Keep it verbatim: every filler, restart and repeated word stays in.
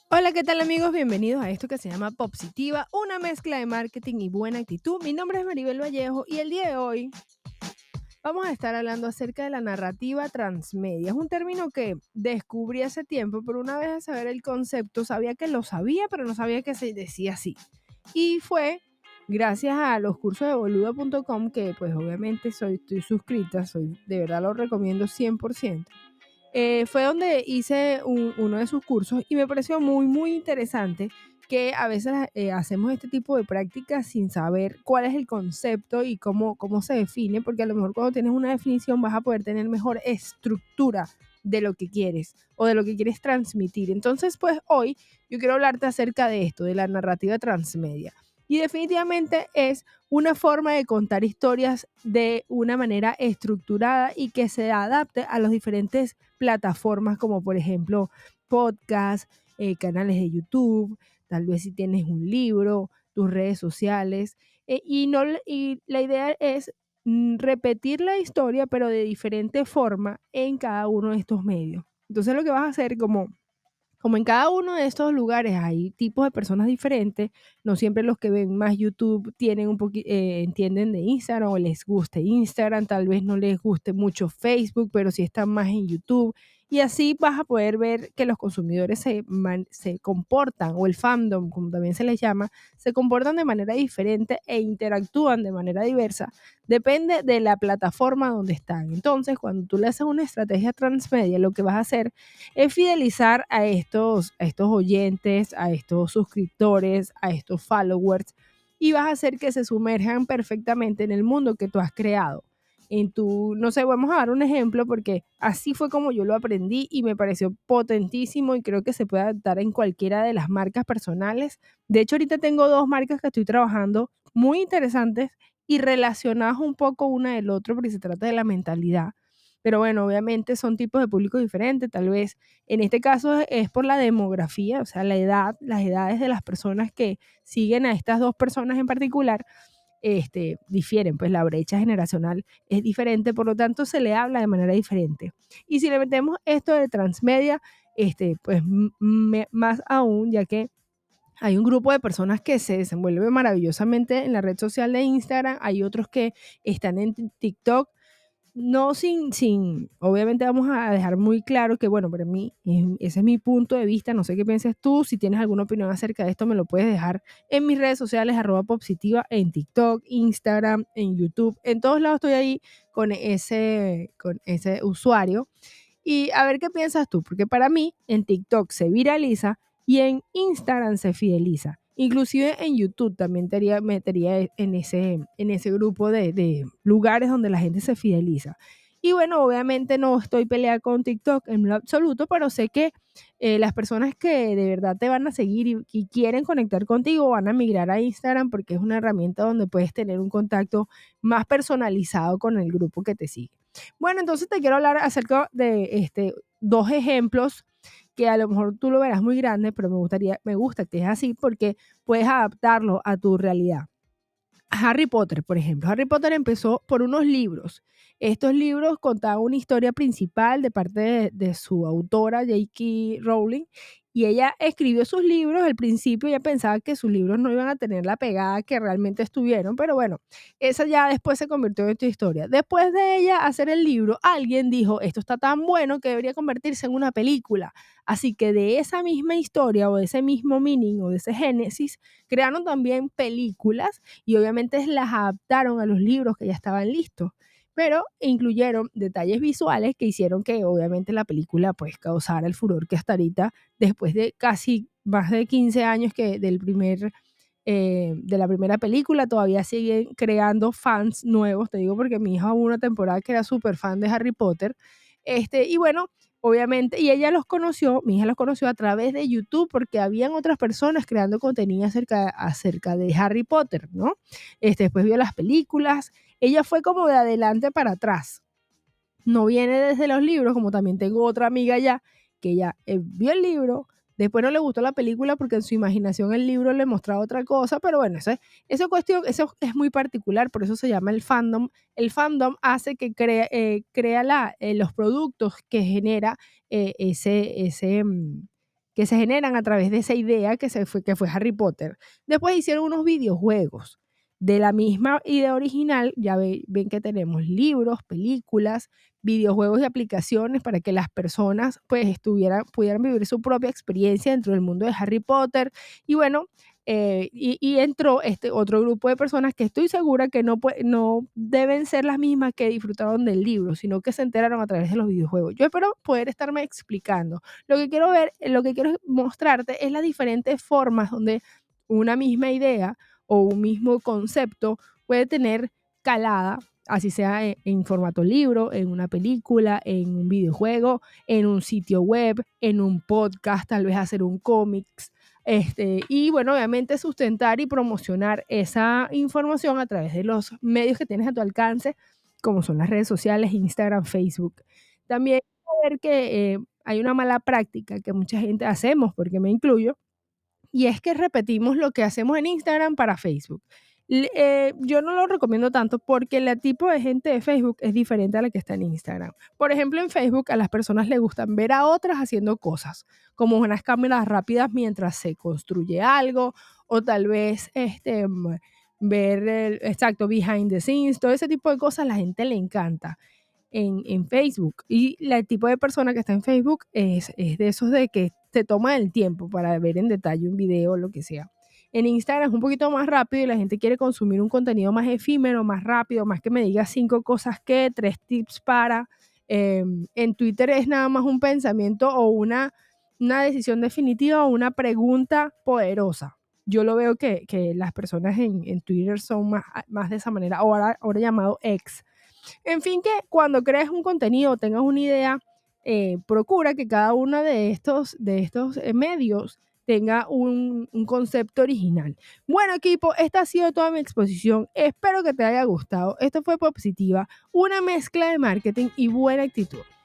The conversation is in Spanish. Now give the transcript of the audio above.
Hola, ¿qué tal amigos? Bienvenidos a esto que se llama Popsitiva, una mezcla de marketing y buena actitud. Mi nombre es Maribel Vallejo y el día de hoy vamos a estar hablando acerca de la narrativa transmedia. Es un término que descubrí hace tiempo, pero una vez de saber el concepto sabía que lo sabía, pero no sabía que se decía así. Y fue gracias a los cursos de boluda punto com que pues obviamente soy, estoy suscrita, soy, de verdad lo recomiendo cien por ciento. Eh, fue donde hice un- uno de sus cursos y me pareció muy, muy interesante que a veces eh, hacemos este tipo de prácticas sin saber cuál es el concepto y cómo, cómo se define, porque a lo mejor cuando tienes una definición vas a poder tener mejor estructura de lo que quieres o de lo que quieres transmitir. Entonces, pues hoy yo quiero hablarte acerca de esto, de la narrativa transmedia. Y definitivamente es una forma de contar historias de una manera estructurada y que se adapte a las diferentes plataformas como por ejemplo podcast, eh, canales de YouTube, tal vez si tienes un libro, tus redes sociales. Eh, y, no, y la idea es mm, repetir la historia pero de diferente forma en cada uno de estos medios. Entonces lo que vas a hacer como como en cada uno de estos lugares hay tipos de personas diferentes, no siempre los que ven más YouTube tienen un poqui- eh, entienden de Instagram o les guste Instagram, tal vez no les guste mucho Facebook, pero sí están más en YouTube. Y así vas a poder ver que los consumidores se, man- se comportan, o el fandom, como también se les llama, se comportan de manera diferente e interactúan de manera diversa. Depende de la plataforma donde están. Entonces, cuando tú le haces una estrategia transmedia, lo que vas a hacer es fidelizar a estos, a estos oyentes, a estos suscriptores, a estos followers y vas a hacer que se sumerjan perfectamente en el mundo que tú has creado. En tu, no sé, vamos a dar un ejemplo porque así fue como yo lo aprendí y me pareció potentísimo y creo que se puede adaptar en cualquiera de las marcas personales. De hecho, ahorita tengo dos marcas que estoy trabajando muy interesantes y relacionadas un poco una del otro porque se trata de la mentalidad. Pero bueno, obviamente son tipos de público diferentes, tal vez en este caso es por la demografía, o sea, la edad, las edades de las personas que siguen a estas dos personas en particular, este, difieren, pues la brecha generacional es diferente, por lo tanto se le habla de manera diferente. Y si le metemos esto de transmedia, este, pues me, más aún, ya que hay un grupo de personas que se desenvuelve maravillosamente en la red social de Instagram, hay otros que están en TikTok, no sin, sin, obviamente vamos a dejar muy claro que, bueno, para mí, ese es mi punto de vista, no sé qué piensas tú, si tienes alguna opinión acerca de esto, me lo puedes dejar en mis redes sociales, arroba popsitiva, en TikTok, Instagram, en YouTube, en todos lados estoy ahí con ese, con ese usuario. Y a ver qué piensas tú, porque para mí en TikTok se viraliza y en Instagram se fideliza. Inclusive en YouTube también te metería en ese, en ese grupo de, de lugares donde la gente se fideliza. Y bueno, obviamente no estoy peleada con TikTok en lo absoluto, pero sé que eh, las personas que de verdad te van a seguir y, y quieren conectar contigo van a migrar a Instagram porque es una herramienta donde puedes tener un contacto más personalizado con el grupo que te sigue. Bueno, entonces te quiero hablar acerca de este, dos ejemplos que a lo mejor tú lo verás muy grande, pero me gustaría, me gusta que es así porque puedes adaptarlo a tu realidad. Harry Potter, por ejemplo. Harry Potter empezó por unos libros. Estos libros contaban una historia principal de parte de, de su autora, J K. Rowling, y ella escribió sus libros. Al principio ella pensaba que sus libros no iban a tener la pegada que realmente estuvieron, pero bueno, esa ya después se convirtió en esta historia. Después de ella hacer el libro, alguien dijo, esto está tan bueno que debería convertirse en una película. Así que de esa misma historia o de ese mismo meaning o de ese génesis, crearon también películas y obviamente las adaptaron a los libros que ya estaban listos, pero incluyeron detalles visuales que hicieron que obviamente la película pues causara el furor que hasta ahorita, después de casi más de quince años que del primer, eh, de la primera película, todavía siguen creando fans nuevos, te digo porque mi hija hubo una temporada que era súper fan de Harry Potter, este, y bueno, obviamente, y ella los conoció, mi hija los conoció a través de YouTube porque habían otras personas creando contenido acerca, acerca de Harry Potter, ¿no? Este, después vio las películas, ella fue como de adelante para atrás, no viene desde los libros, como también tengo otra amiga ya, que ella eh, vio el libro, después no le gustó la película porque en su imaginación el libro le mostraba otra cosa, pero bueno, eso, eso, cuestión, eso es muy particular, por eso se llama el fandom. El fandom hace que crea, eh, crea la, eh, los productos que genera eh, ese, ese, mm, que se generan a través de esa idea que, se fue, que fue Harry Potter. Después hicieron unos videojuegos de la misma idea original. Ya ve, ven que tenemos libros, películas, videojuegos y aplicaciones para que las personas pues estuvieran, pudieran vivir su propia experiencia dentro del mundo de Harry Potter. Y bueno, eh, y, y entró este otro grupo de personas que estoy segura que no, no deben ser las mismas que disfrutaron del libro, sino que se enteraron a través de los videojuegos. Yo espero poder estarme explicando. Lo que quiero ver, lo que quiero mostrarte es las diferentes formas donde una misma idea o un mismo concepto puede tener calada, así sea en, en formato libro, en una película, en un videojuego, en un sitio web, en un podcast, tal vez hacer un cómics. Este, y bueno, obviamente sustentar y promocionar esa información a través de los medios que tienes a tu alcance, como son las redes sociales, Instagram, Facebook. También ver que eh, hay una mala práctica que mucha gente hacemos, porque me incluyo, y es que repetimos lo que hacemos en Instagram para Facebook. Eh, yo no lo recomiendo tanto porque el tipo de gente de Facebook es diferente a la que está en Instagram. Por ejemplo, en Facebook a las personas les gustan ver a otras haciendo cosas, como unas cámaras rápidas mientras se construye algo, o tal vez este, ver, el, exacto, behind the scenes, todo ese tipo de cosas a la gente le encanta. En, en Facebook, y la, el tipo de persona que está en Facebook es, es de esos de que se toma el tiempo para ver en detalle un video o lo que sea. En Instagram es un poquito más rápido y la gente quiere consumir un contenido más efímero, más rápido, más que me diga cinco cosas que, tres tips para. Eh, en Twitter es nada más un pensamiento o una, una decisión definitiva o una pregunta poderosa. Yo lo veo que, que las personas en, en Twitter son más, más de esa manera, ahora, ahora llamado X. En fin, que cuando crees un contenido, tengas una idea, eh, procura que cada uno de estos, de estos eh, medios tenga un, un concepto original. Bueno, equipo, esta ha sido toda mi exposición. Espero que te haya gustado. Esto fue Popsitiva, una mezcla de marketing y buena actitud.